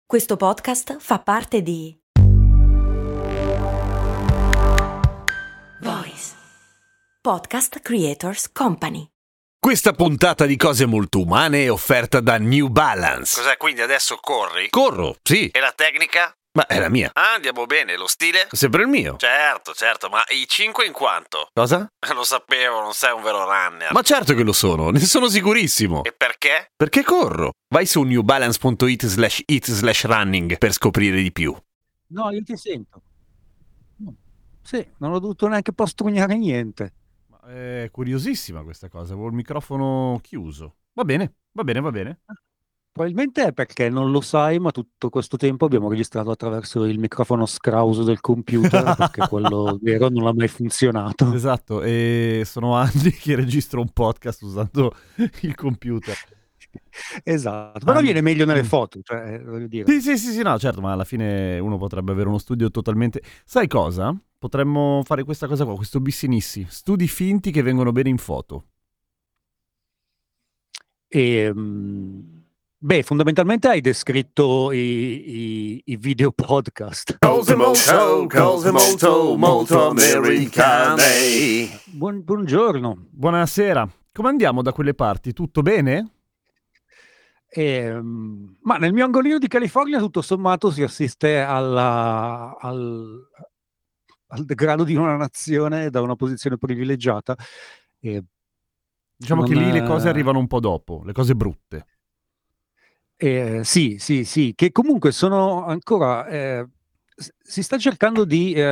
Questo podcast fa parte di Voice Podcast Creators Company. Questa puntata di Cose Molto Umane è offerta da New Balance. Cos'è, quindi adesso corri? Corro, sì, E la tecnica? ma è la mia. Ah, andiamo bene. Lo stile? Sempre il mio. Certo, ma i 5 in quanto? Cosa? Lo sapevo, non sei un vero runner. Ma certo che lo sono, ne sono sicurissimo. E perché? Perché corro. Vai su newbalance.it/running per scoprire di più. No, io ti sento. No. Sì, non ho dovuto neanche postrugnare niente. Ma è curiosissima questa cosa, avevo il microfono chiuso. Va bene. Probabilmente è perché non lo sai, ma tutto questo tempo abbiamo registrato attraverso il microfono scrauso del computer, perché quello vero non ha mai funzionato. Esatto, e sono anni che registro un podcast usando il computer. Esatto, però viene meglio nelle foto, cioè, voglio dire. Sì, no, certo, ma alla fine uno potrebbe avere uno studio totalmente... Sai cosa? Potremmo fare questa cosa qua, questo bissinissi, studi finti che vengono bene in foto. E, fondamentalmente hai descritto i video podcast. Cose molto americane. Buongiorno. Buonasera, come andiamo da quelle parti? Tutto bene? Ma nel mio angolino di California tutto sommato si assiste al degrado di una nazione da una posizione privilegiata. Diciamo che lì le cose arrivano un po' dopo, le cose brutte. Sì, che comunque sono ancora... si sta cercando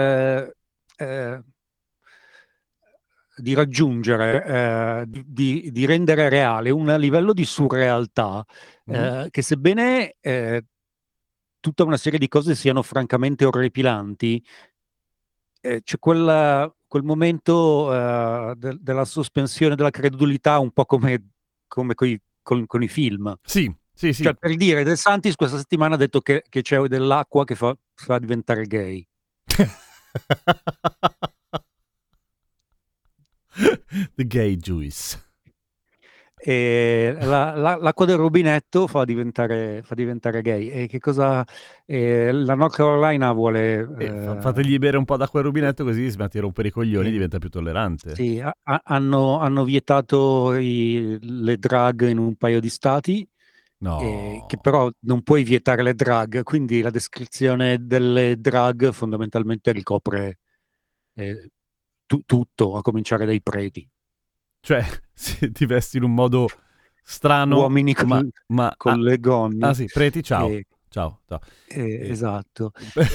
di raggiungere, di rendere reale un livello di surrealtà che, sebbene tutta una serie di cose siano francamente orripilanti, c'è quel momento della sospensione della credulità, un po' come con i film. Sì. Cioè, per dire, De Santis questa settimana ha detto che c'è dell'acqua che fa diventare gay. The gay juice. E l'acqua del rubinetto fa diventare gay. E che cosa la North Carolina vuole Fategli bere un po' d'acqua al rubinetto così smette di rompere i coglioni, sì. diventa più tollerante. Sì, hanno vietato le drag in un paio di stati, No. che però non puoi vietare le drag, quindi la descrizione delle drag fondamentalmente ricopre tutto, a cominciare dai preti. Cioè, se ti vesti in un modo strano, Uomini con le gonne. Ah sì, preti, ciao. Ciao. Esatto.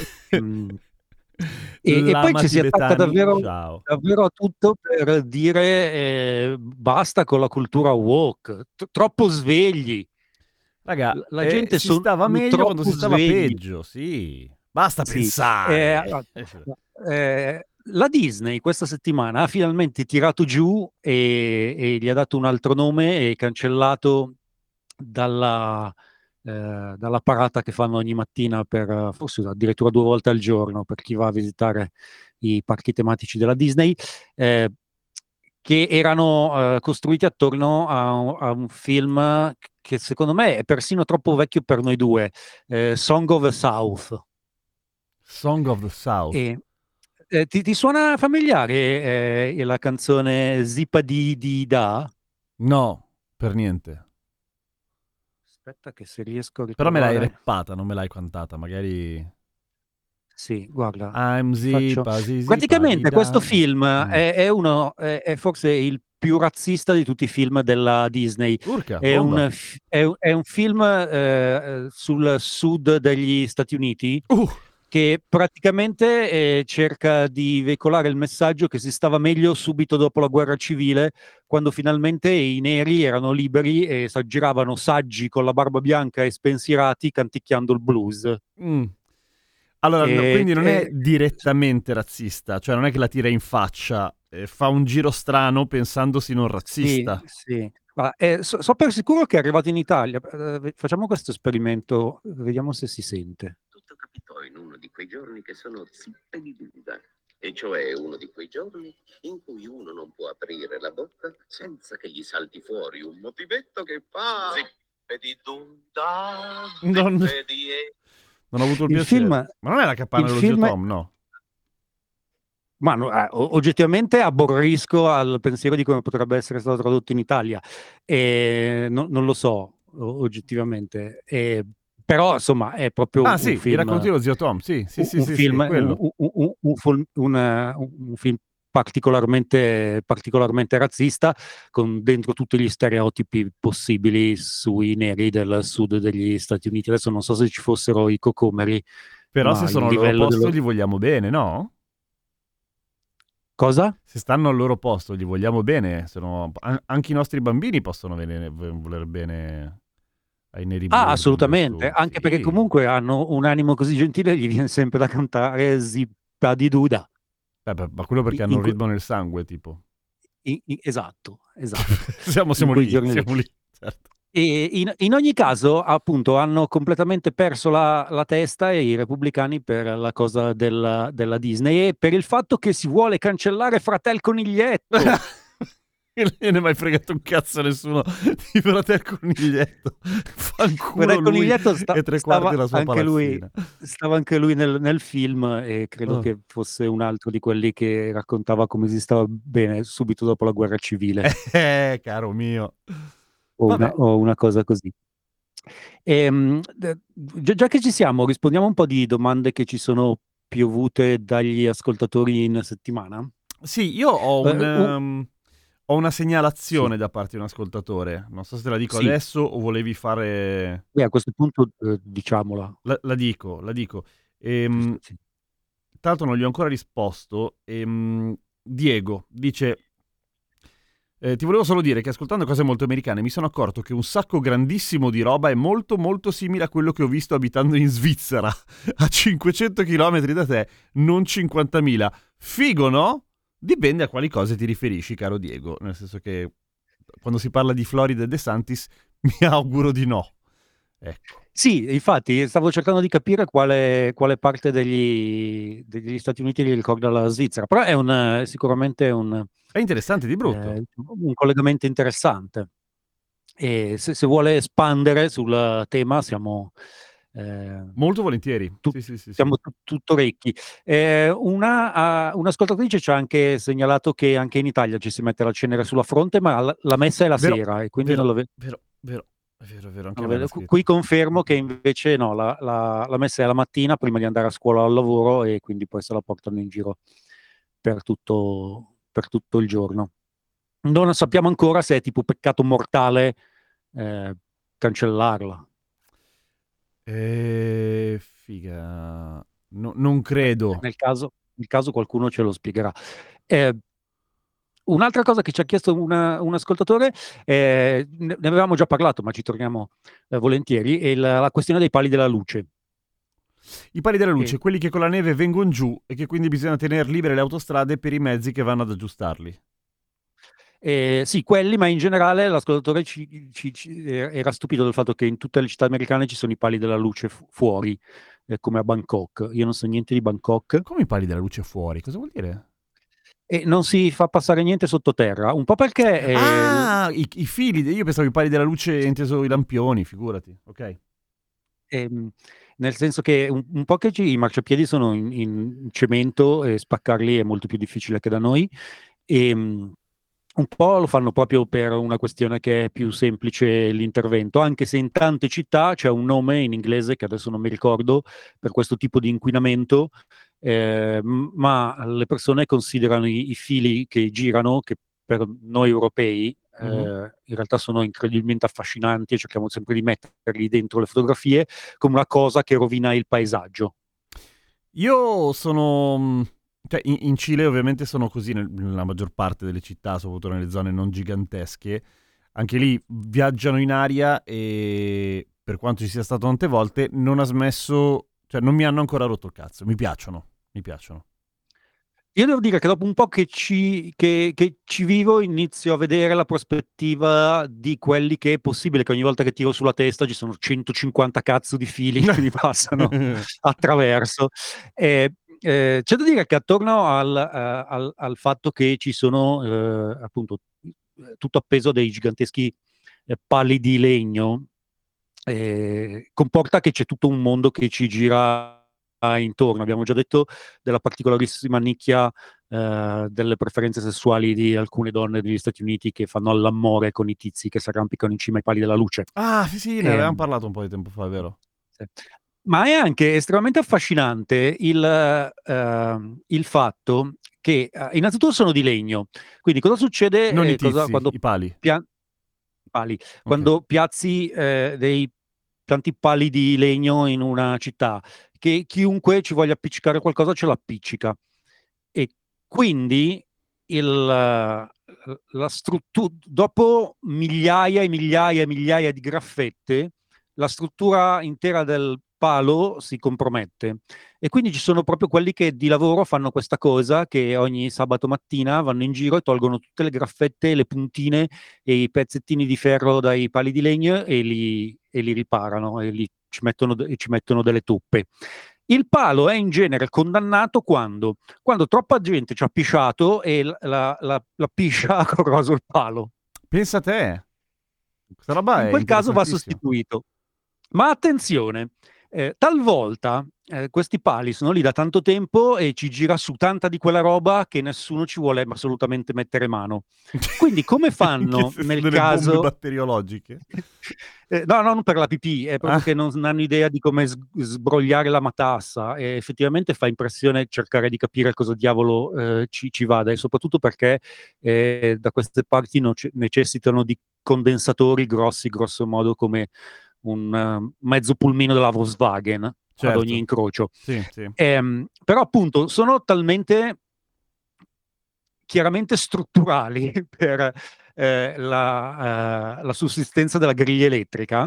E poi ci si attacca davvero a tutto per dire basta con la cultura woke, troppo svegli. Raga, La gente si stava sono meglio quando si troppo stava svegli. peggio, sì. Basta Sì. pensare. La Disney questa settimana ha finalmente tirato giù e gli ha dato un altro nome e cancellato dalla parata che fanno ogni mattina forse addirittura 2 volte al giorno per chi va a visitare i parchi tematici della Disney, che erano costruiti attorno a un film che secondo me è persino troppo vecchio per noi due, Song of the South. Song of the South. Ti suona familiare la canzone Zipa di Da? No, per niente. Aspetta che se riesco a Però me l'hai ritrovare... rappata, non me l'hai cantata, magari... Sì, guarda. I'm zipa, Praticamente questo film è è forse il più razzista di tutti i film della Disney. Urca, È bomba. un film sul sud degli Stati Uniti che praticamente cerca di veicolare il messaggio che si stava meglio subito dopo la guerra civile, quando finalmente i neri erano liberi e s'aggiravano saggi con la barba bianca e spensierati canticchiando il blues. Allora, no, quindi non è direttamente razzista, cioè non è che la tira in faccia, fa un giro strano pensandosi non razzista. Sì. Ma, so per sicuro che è arrivato in Italia. Facciamo questo esperimento, vediamo se si sente. Tutto capitò in uno di quei giorni che sono zippe di Duda, e cioè uno di quei giorni in cui uno non può aprire la bocca senza che gli salti fuori un motivetto che fa zippe di Duda, Non- zippe di Non ho avuto il Il piacere. film, Ma non è La capanna il dello film zio Tom, no? Ma oggettivamente abborrisco al pensiero di come potrebbe essere stato tradotto in Italia. Non lo so, oggettivamente. Però, insomma, è proprio Ah un sì, mi racconti film, lo zio Tom, sì, sì, sì, un sì, sì, film, è quello. un film particolarmente razzista, con dentro tutti gli stereotipi possibili sui neri del sud degli Stati Uniti. Adesso non so se ci fossero i cocomeri, Però se ma il sono al loro livello posto dello... gli vogliamo bene, no? Cosa? Se stanno al loro posto gli vogliamo bene, anche i nostri bambini possono voler bene ai neri Ah, blu del assolutamente, sud, anche perché sì. comunque hanno un animo così gentile, gli viene sempre da cantare Zippa di Duda. Ma quello perché hanno In un que- ritmo nel sangue, tipo. esatto, in Siamo quei lì, giorni lì. siamo lì, certo. E in ogni caso, appunto, hanno completamente perso la testa i repubblicani per la cosa della Disney e per il fatto che si vuole cancellare Fratel Coniglietto. Non gliene è mai fregato un cazzo a nessuno di Fratel Coniglietto. Fanculo Fratel lui Coniglietto e tre quarti della sua palazzina. stava anche lui nel film e credo Oh. che fosse un altro di quelli che raccontava come si stava bene subito dopo la guerra civile Caro mio. o Vabbè. una cosa così. Già che ci siamo, rispondiamo un po' di domande che ci sono piovute dagli ascoltatori in settimana. Sì, io ho una Sì, segnalazione da parte di un ascoltatore. Non so se te la dico sì. adesso o volevi fare... Beh, a questo punto diciamola. La dico, la dico. Sì. Tra l'altro non gli ho ancora risposto. Diego dice... ti volevo solo dire che ascoltando cose molto americane mi sono accorto che un sacco grandissimo di roba è molto molto simile a quello che ho visto abitando in Svizzera, a 500 km da te, non 50.000. Figo, no? Dipende a quali cose ti riferisci, caro Diego, nel senso che quando si parla di Florida e De Santis mi auguro di no. Ecco. Sì, infatti stavo cercando di capire quale parte degli Stati Uniti gli ricorda la Svizzera, però è sicuramente È interessante di brutto. un collegamento interessante. E se vuole espandere sul tema eh, Molto volentieri. tu- Sì, sì, sì, sì. siamo tutto orecchi. Un'ascoltatrice ci ha anche segnalato che anche in Italia ci si mette la cenere sulla fronte, ma la messa è la Vero, sera e quindi non vero, lo vedo. vero, vero, vero, vero, anche Non a lo me l'ha vedo. scritto. Qui confermo che invece no, la messa è la mattina prima di andare a scuola o al lavoro e quindi poi se la portano in giro per tutto il giorno. Non sappiamo ancora se è tipo peccato mortale eh, cancellarla. Figa. Non credo. Nel caso qualcuno ce lo spiegherà. Eh, Un'altra cosa che ci ha chiesto un ascoltatore, ne avevamo già parlato, ma ci torniamo volentieri, è la questione dei pali della luce. I pali della luce, E, quelli che con la neve vengono giù e che quindi bisogna tenere libere le autostrade per i mezzi che vanno ad aggiustarli. sì, quelli, ma in generale l'ascoltatore era stupito del fatto che in tutte le città americane ci sono i pali della luce fuori, come a Bangkok. Io non so niente di Bangkok Come i pali della luce fuori? Cosa vuol dire? e non si fa passare niente sottoterra, un po' perché Ah, i fili. Io pensavo i pali della luce inteso i lampioni, figurati. Ok. ehm, nel senso che un po' che i marciapiedi sono in cemento e spaccarli è molto più difficile che da noi. Un po' lo fanno proprio per una questione che è più semplice l'intervento, anche se in tante città c'è un nome in inglese che adesso non mi ricordo per questo tipo di inquinamento, ma le persone considerano i fili che girano, che per noi europei Mhm. in realtà sono incredibilmente affascinanti e cerchiamo sempre di metterli dentro le fotografie, come una cosa che rovina il paesaggio. Io sono... Cioè, in Cile ovviamente sono così nella maggior parte delle città, soprattutto nelle zone non gigantesche. Anche lì viaggiano in aria e per quanto ci sia stato tante volte non ha smesso, cioè non mi hanno ancora rotto il cazzo. Mi piacciono, mi piacciono. Io devo dire che dopo un po' che ci vivo inizio a vedere la prospettiva di quelli che è possibile che ogni volta che tiro sulla testa ci sono 150 cazzo di fili che mi passano attraverso. C'è da dire che attorno al fatto che ci sono appunto tutto appeso a dei giganteschi pali di legno comporta che c'è tutto un mondo che ci gira intorno. Abbiamo già detto della particolarissima nicchia delle preferenze sessuali di alcune donne degli Stati Uniti che fanno all'amore con i tizi che si arrampicano in cima ai pali della luce. Ah, sì, ne avevamo Ehm, parlato un po' di tempo fa, è vero? sì. Ma è anche estremamente affascinante il fatto che innanzitutto sono di legno. Quindi cosa succede Non i tizi, quando i pali. pali, Ok. quando piazzi dei tanti pali di legno in una città, che chiunque ci voglia appiccicare qualcosa ce l'appiccica. E quindi la struttura, dopo migliaia e migliaia e migliaia di graffette, la struttura intera del palo si compromette. E quindi ci sono proprio quelli che di lavoro fanno questa cosa, che ogni sabato mattina vanno in giro e tolgono tutte le graffette, le puntine e i pezzettini di ferro dai pali di legno e li riparano e ci mettono delle toppe. Il palo è in genere condannato quando troppa gente ci ha pisciato e la piscia ha corroso il palo. Pensa a te. Questa roba In è quel caso va interessantissima. sostituito. Ma attenzione, talvolta questi pali sono lì da tanto tempo e ci gira su tanta di quella roba che nessuno ci vuole assolutamente mettere mano. Quindi come In che fanno senso, nel delle bombe caso... batteriologiche? No, non per la pipì, è proprio Ah, che non hanno idea di come sbrogliare la matassa e effettivamente fa impressione cercare di capire cosa diavolo ci vada e soprattutto perché da queste parti necessitano di condensatori grossi, grosso modo come un mezzo pulmino della Volkswagen ad ogni certo. incrocio. Sì, sì. Però appunto sono talmente chiaramente strutturali per la sussistenza della griglia elettrica,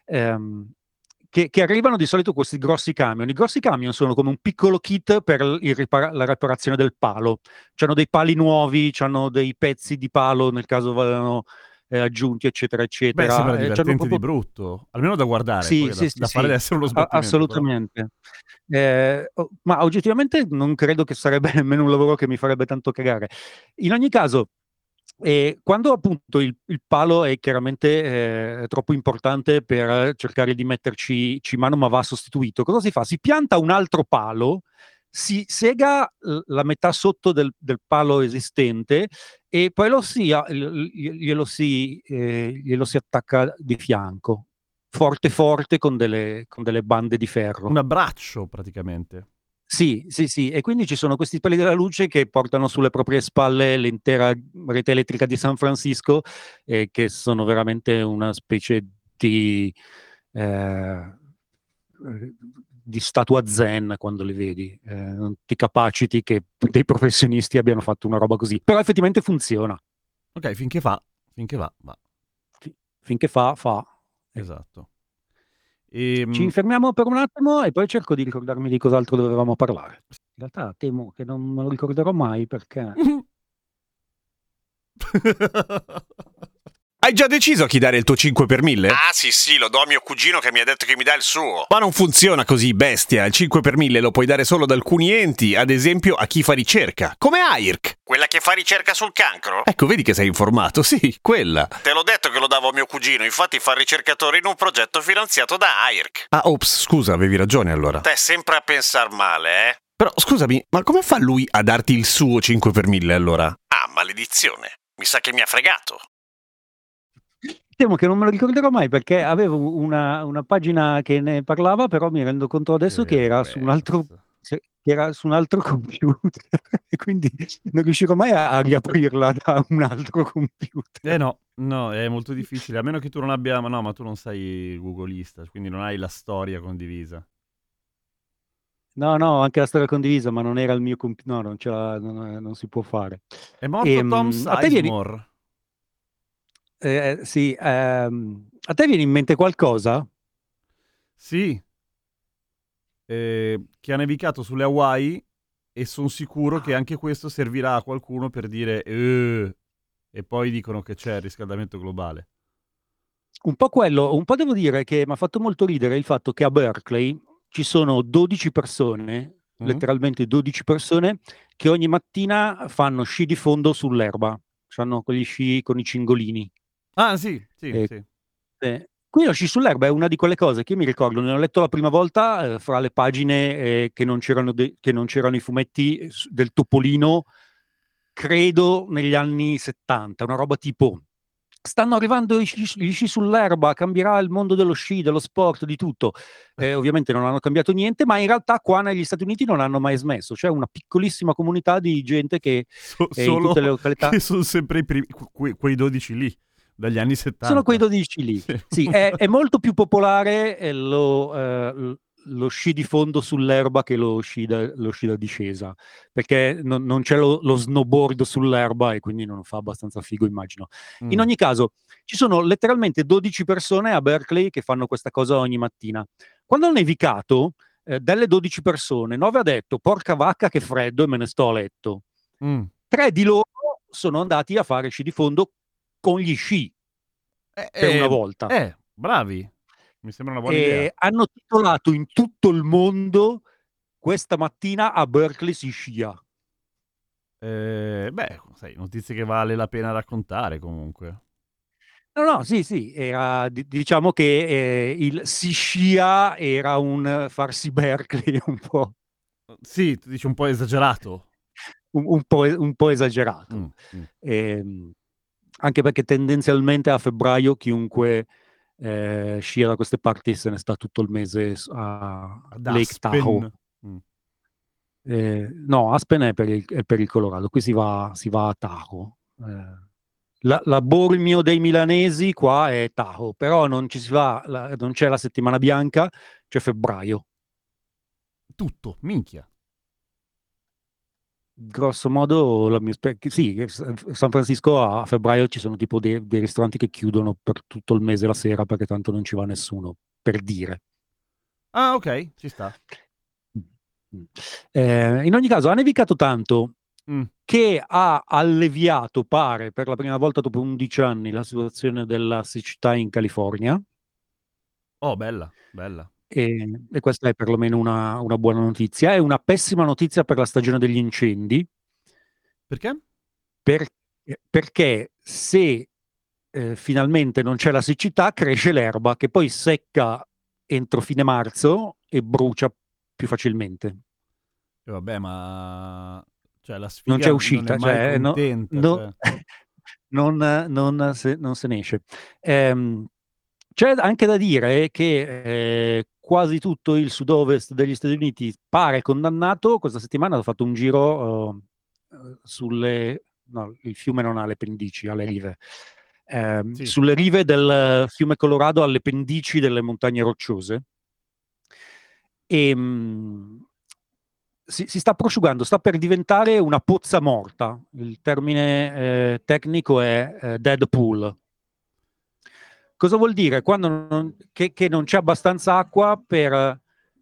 che arrivano di solito questi grossi camion. I grossi camion sono come un piccolo kit per la riparazione del palo. C'hanno dei pali nuovi, c'hanno dei pezzi di palo nel caso vadano aggiunti, eccetera, Beh, eccetera. sembra C'hanno divertente di proprio... brutto, almeno da guardare, Sì, poi sì, sì, da fare sì, deve essere uno sbattimento, però. assolutamente. Ma oggettivamente non credo che sarebbe nemmeno un lavoro che mi farebbe tanto cagare. In ogni caso, quando appunto il palo è chiaramente troppo importante per cercare di metterci mano, ma va sostituito, cosa si fa? Si pianta un altro palo, si sega la metà sotto del palo esistente e poi glielo si attacca di fianco, forte forte con delle bande di ferro. Un abbraccio, praticamente. Sì, sì, sì, e quindi ci sono questi pali della luce che portano sulle proprie spalle l'intera rete elettrica di San Francisco, che sono veramente una specie eh, di statua zen quando li vedi. Non ti capaciti che dei professionisti abbiano fatto una roba così, però effettivamente funziona. Ok, finché va, va. Finché fa, fa. Eh, Esatto. Ci fermiamo per un attimo e poi cerco di ricordarmi di cos'altro dovevamo parlare. In realtà temo che non me lo ricorderò mai perché... Hai già deciso a chi dare il tuo 5 per 1000? Ah, sì, lo do a mio cugino che mi ha detto che mi dà il suo. Ma non funziona così, bestia. Il 5 per 1000 lo puoi dare solo ad alcuni enti, ad esempio a chi fa ricerca, come AIRC. Quella che fa ricerca sul cancro? Ecco, vedi che sei informato, sì, quella. Te l'ho detto che lo davo a mio cugino, infatti fa il ricercatore in un progetto finanziato da AIRC. Ah, ops, scusa, avevi ragione allora. Te sempre a pensar male, eh? Però scusami, ma come fa lui a darti il suo 5 per 1000 allora? Ah, maledizione. Mi sa che mi ha fregato. Temo che non me lo ricorderò mai perché avevo una pagina che ne parlava, però mi rendo conto adesso Che che era su un altro, che era su un altro computer e quindi non riuscirò mai a riaprirla da un altro computer. No, è molto difficile, a meno che tu non abbia... ma tu non sei googolista, quindi non hai la storia condivisa. No, anche la storia condivisa, ma non era il mio computer, no, non si può fare. È morto Tom A te viene, Sizemore. sì, a te viene in mente qualcosa? Sì, che ha nevicato sulle Hawaii e sono sicuro che anche questo servirà a qualcuno per dire e poi dicono che c'è il riscaldamento globale. Un po' quello, un po' devo dire che mi ha fatto molto ridere il fatto che a Berkeley ci sono 12 persone, Mm? letteralmente 12 persone, che ogni mattina fanno sci di fondo sull'erba. Hanno quegli sci con i cingolini. Ah, sì, sì, Eh, sì. Qui lo sci sull'erba è una di quelle cose che io mi ricordo, ne ho letto la prima volta fra le pagine che non c'erano i fumetti del Topolino, credo negli anni 70, una roba tipo stanno arrivando gli sci sull'erba, cambierà il mondo dello sci, dello sport, di tutto. Ovviamente non hanno cambiato niente, ma in realtà qua negli Stati Uniti non hanno mai smesso. C'è una piccolissima comunità di gente che in Solo tutte le località... che sono sempre i primi, quei 12 lì, dagli anni 70. Sono quei 12 lì. Sì, è molto più popolare lo sci di fondo sull'erba che lo sci da discesa, perché non c'è lo snowboard sull'erba e quindi non fa abbastanza figo, immagino. In ogni caso, ci sono letteralmente 12 persone a Berkeley che fanno questa cosa ogni mattina. Quando ha nevicato, delle 12 persone, 9 ha detto porca vacca che freddo e me ne sto a letto. 3 di loro sono andati a fare sci di fondo con gli sci per una volta. Bravi. Mi sembra una buona idea. Hanno titolato in tutto il mondo questa mattina a Berkeley si scia. Sai, notizie che vale la pena raccontare comunque. No, sì, era, diciamo che il si scia era un farsi Berkeley un po'. Sì, tu dici un po' esagerato. Un po' esagerato. Anche perché tendenzialmente a febbraio chiunque scia da queste parti se ne sta tutto il mese a Lake Tahoe. No, Aspen è per il Colorado, qui si va a Tahoe. La Bormio dei milanesi qua è Tahoe, però non ci si va, non c'è la settimana bianca, c'è febbraio. Tutto, minchia. Grosso modo, sì, San Francisco a febbraio ci sono tipo dei ristoranti che chiudono per tutto il mese la sera perché tanto non ci va nessuno, per dire. Ah, ok, ci sta. In ogni caso, ha nevicato tanto che ha alleviato, pare, per la prima volta dopo 11 anni, la situazione della siccità in California. Oh, bella, bella. E questa è perlomeno una buona notizia. È una pessima notizia per la stagione degli incendi. Perché? Perché se finalmente non c'è la siccità, cresce l'erba che poi secca entro fine marzo e brucia più facilmente. Vabbè, ma cioè, la sfiga non c'è uscita, non è mai contenta. Non se ne esce. C'è anche da dire che quasi tutto il sud-ovest degli Stati Uniti pare condannato. Questa settimana ho fatto un giro sulle... No, il fiume non ha le pendici, ha le rive. Sì. Sulle rive del fiume Colorado, alle pendici delle montagne rocciose. E si sta prosciugando, sta per diventare una pozza morta. Il termine tecnico è dead pool. Cosa vuol dire? Quando che non c'è abbastanza acqua per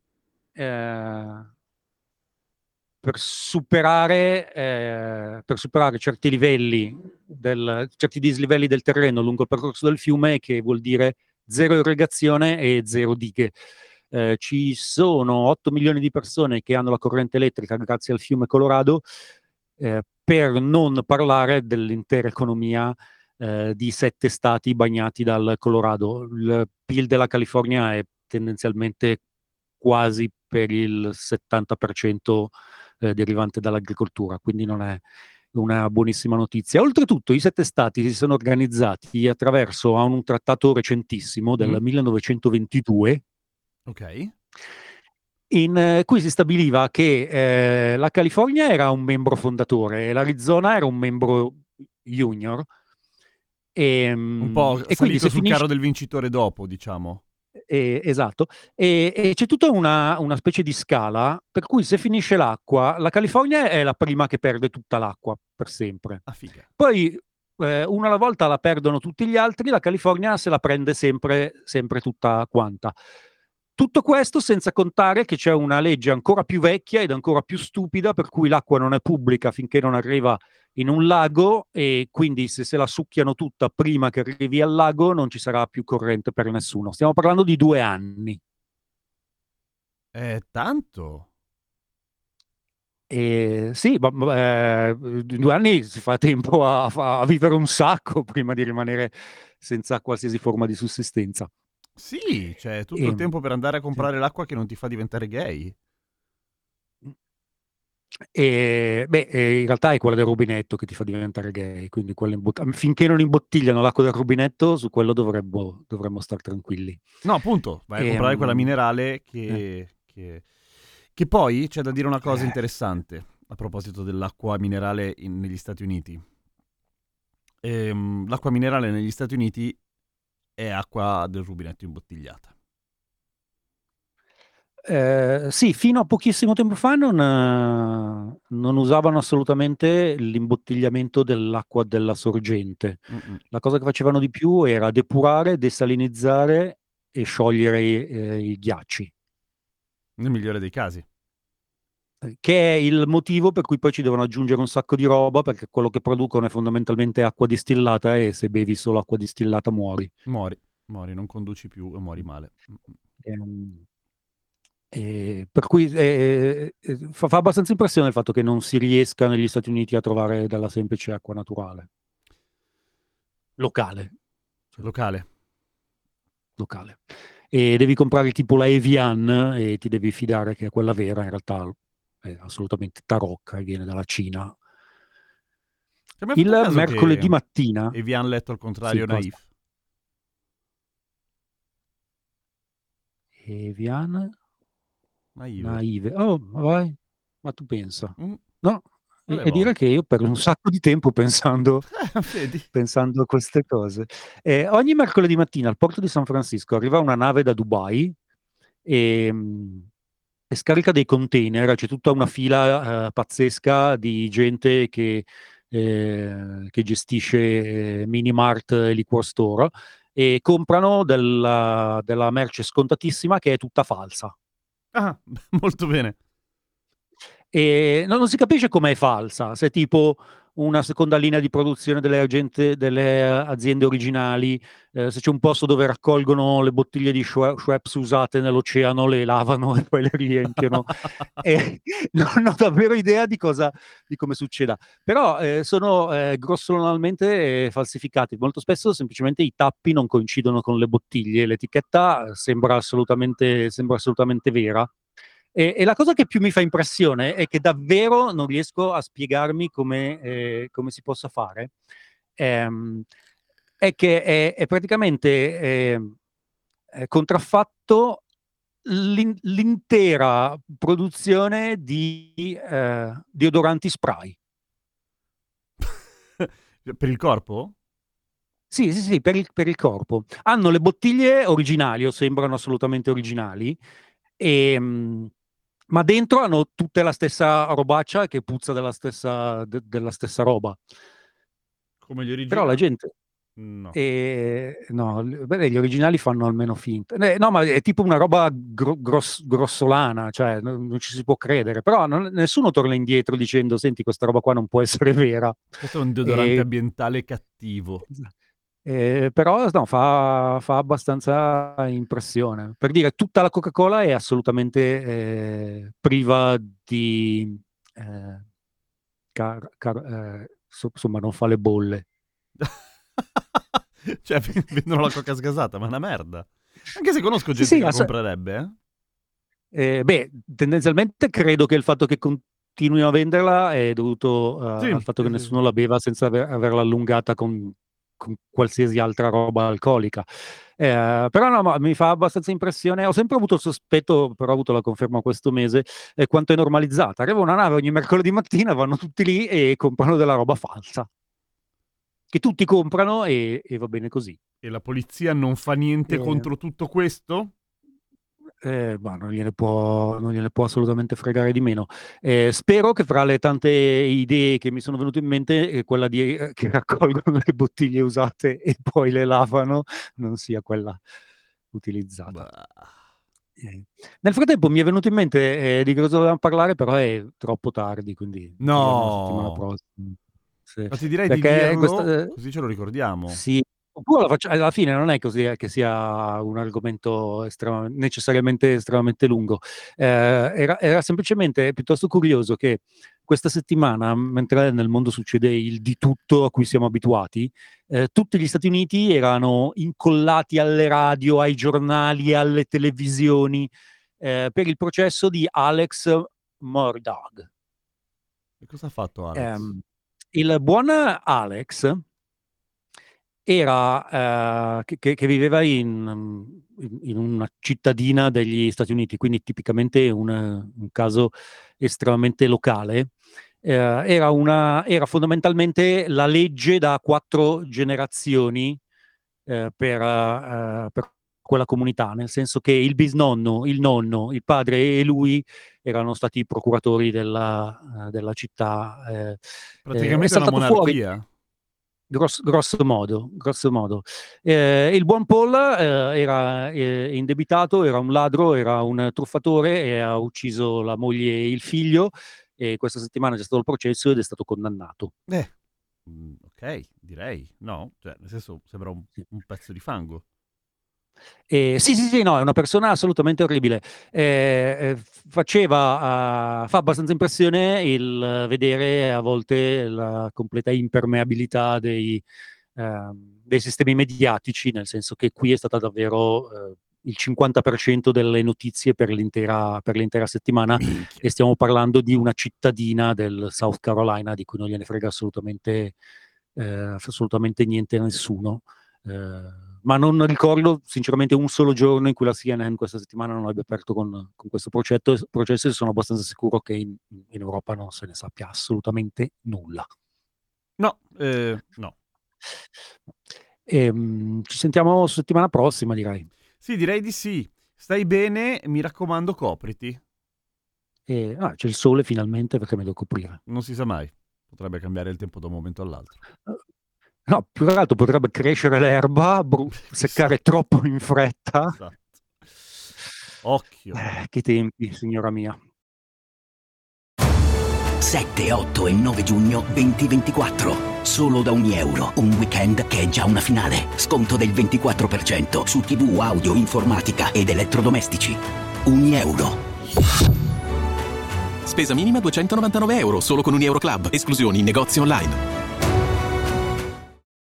superare certi livelli, certi dislivelli del terreno lungo il percorso del fiume, che vuol dire zero irrigazione e zero dighe. Ci sono 8 milioni di persone che hanno la corrente elettrica grazie al fiume Colorado, per non parlare dell'intera economia di 7 stati bagnati dal Colorado. Il PIL della California è tendenzialmente quasi per il 70% derivante dall'agricoltura, quindi non è una buonissima notizia. Oltretutto i 7 stati si sono organizzati attraverso un trattato recentissimo del 1922, ok, in cui si stabiliva che la California era un membro fondatore e l'Arizona era un membro junior. un po' e quindi salito sul carro del vincitore dopo, diciamo. Esatto, e c'è tutta una specie di scala per cui se finisce l'acqua, la California è la prima che perde tutta l'acqua per sempre. Ah, figa. Poi una alla volta la perdono tutti gli altri, la California se la prende sempre tutta quanta. Tutto questo senza contare che c'è una legge ancora più vecchia ed ancora più stupida, per cui l'acqua non è pubblica finché non arriva in un lago, e quindi se la succhiano tutta prima che arrivi al lago non ci sarà più corrente per nessuno. Stiamo parlando di 2 anni. Tanto? Sì, in 2 anni si fa tempo a vivere un sacco prima di rimanere senza qualsiasi forma di sussistenza. Sì, c'è tutto il tempo per andare a comprare l'acqua che non ti fa diventare gay. In realtà è quella del rubinetto che ti fa diventare gay, quindi finché non imbottigliano l'acqua del rubinetto, su quello dovremmo stare tranquilli. No, appunto, vai a comprare quella minerale eh. che poi c'è da dire una cosa interessante a proposito dell'acqua minerale negli Stati Uniti. L'acqua minerale negli Stati Uniti è acqua del rubinetto imbottigliata. Sì, fino a pochissimo tempo fa non usavano assolutamente l'imbottigliamento dell'acqua della sorgente. Mm-mm. La cosa che facevano di più era depurare, desalinizzare e sciogliere i ghiacci, Nel migliore dei casi. che è il motivo per cui poi ci devono aggiungere un sacco di roba, perché quello che producono è fondamentalmente acqua distillata e se bevi solo acqua distillata muori. Muori, non conduci più e muori male. Mm-mm. Ehm, per cui fa abbastanza impressione il fatto che non si riesca negli Stati Uniti a trovare della semplice acqua naturale, locale, cioè, Locale. locale. E devi comprare tipo la Evian e ti devi fidare che è quella vera, in realtà è assolutamente tarocca e viene dalla Cina. Ci hai mai fatto Il caso mercoledì che mattina, Evian letto al sì, contrario cosa? Naif? Evian? Naive. Naive. Oh, vai, ma tu pensa. Mm, No, alle e dire volte. che io per un sacco di tempo Vedi? pensando a queste cose. Ogni mercoledì mattina al porto di San Francisco arriva una nave da Dubai e, e scarica dei container, c'è tutta una fila pazzesca di gente che gestisce mini mart e liquor store e comprano della merce scontatissima che è tutta falsa. Ah, molto bene. E non si capisce com'è falsa, se è tipo una seconda linea di produzione delle aziende originali, se c'è un posto dove raccolgono le bottiglie di Schweppes usate nell'oceano, le lavano e poi le riempiono. E non ho davvero idea di come succeda. Però sono grossolanamente falsificati. Molto spesso semplicemente i tappi non coincidono con le bottiglie, l'etichetta sembra assolutamente vera. E la cosa che più mi fa impressione è che davvero non riesco a spiegarmi come si possa fare. Ehm, è che è praticamente è contraffatto l'intera produzione di deodoranti spray. Per il corpo? Sì, sì, sì, per il corpo. Hanno le bottiglie originali, o sembrano assolutamente originali, ma dentro hanno tutte la stessa robaccia che puzza della stessa roba. Come gli Però la originali? gente... No. no, beh, gli originali fanno almeno finta. No, ma è tipo una roba grossolana, cioè non ci si può credere. Però nessuno torna indietro dicendo, senti, questa roba qua non può essere vera. Questo è un deodorante E ambientale cattivo. Però no, fa abbastanza impressione. Per dire, tutta la Coca-Cola è assolutamente priva di... eh, insomma, non fa le bolle. Cioè, vendono la coca sgasata, ma è una merda. Anche se conosco Sì, gente sì, che la comprerebbe, eh. beh, tendenzialmente credo che il fatto che continuino a venderla è dovuto al Sì, fatto che sì, sì, sì. nessuno la beva senza averla allungata con qualsiasi altra roba alcolica. Però no, ma mi fa abbastanza impressione. Ho sempre avuto il sospetto, però ho avuto la conferma questo mese, quanto è normalizzata. Arriva una nave ogni mercoledì mattina, vanno tutti lì e comprano della roba falsa. Che tutti comprano e va bene così. E la polizia non fa niente Eh, contro tutto questo? ma non gliene può assolutamente fregare di meno. Spero che fra le tante idee che mi sono venute in mente, quella che raccolgono le bottiglie usate e poi le lavano non sia quella utilizzata. Bah. Nel frattempo mi è venuto in mente di cosa dovevamo parlare, però è troppo tardi, quindi ne parliamo la settimana No! prossima. Sì. Ma ti direi di Perché dirlo, così ce lo ricordiamo. sì, Oppure alla fine non è così che sia un argomento necessariamente estremamente lungo. Era semplicemente piuttosto curioso che questa settimana, mentre nel mondo succede il di tutto a cui siamo abituati, tutti gli Stati Uniti erano incollati alle radio, ai giornali, alle televisioni per il processo di Alex Murdaugh. E cosa ha fatto Alex? Il buon Alex era che viveva in una cittadina degli Stati Uniti, quindi tipicamente un caso estremamente locale. Era fondamentalmente la legge da 4 generazioni per quella comunità, nel senso che il bisnonno, il nonno, il padre e lui erano stati procuratori della città. Praticamente è una monarchia. Fuori, grosso modo. Il buon Paul era indebitato, era un ladro, era un truffatore e ha ucciso la moglie e il figlio, e questa settimana c'è stato il processo ed è stato condannato. Ok, direi. No? Cioè, nel senso, sembra un pezzo di fango. Sì, no, è una persona assolutamente orribile. Fa abbastanza impressione il vedere a volte la completa impermeabilità dei sistemi mediatici, nel senso che qui è stata davvero il 50% delle notizie per l'intera settimana. Minchia. E stiamo parlando di una cittadina del South Carolina di cui non gliene frega assolutamente niente a nessuno. Ma non ricordo sinceramente un solo giorno in cui la CNN questa settimana non abbia aperto con questo processo, e sono abbastanza sicuro che in Europa non se ne sappia assolutamente nulla. No. Ci sentiamo settimana prossima, direi. Sì, direi di sì. Stai bene, mi raccomando, copriti. C'è il sole finalmente, perché mi devo coprire. Non si sa mai, potrebbe cambiare il tempo da un momento all'altro. No, più che altro potrebbe crescere l'erba, seccare troppo in fretta. Esatto. Occhio. Che tempi, signora mia. 7, 8 e 9 giugno 2024. Solo da €1. Un weekend che è già una finale. Sconto del 24% su TV, audio, informatica ed elettrodomestici. €1. Spesa minima €299, solo con €1 Club. Esclusioni in negozi online.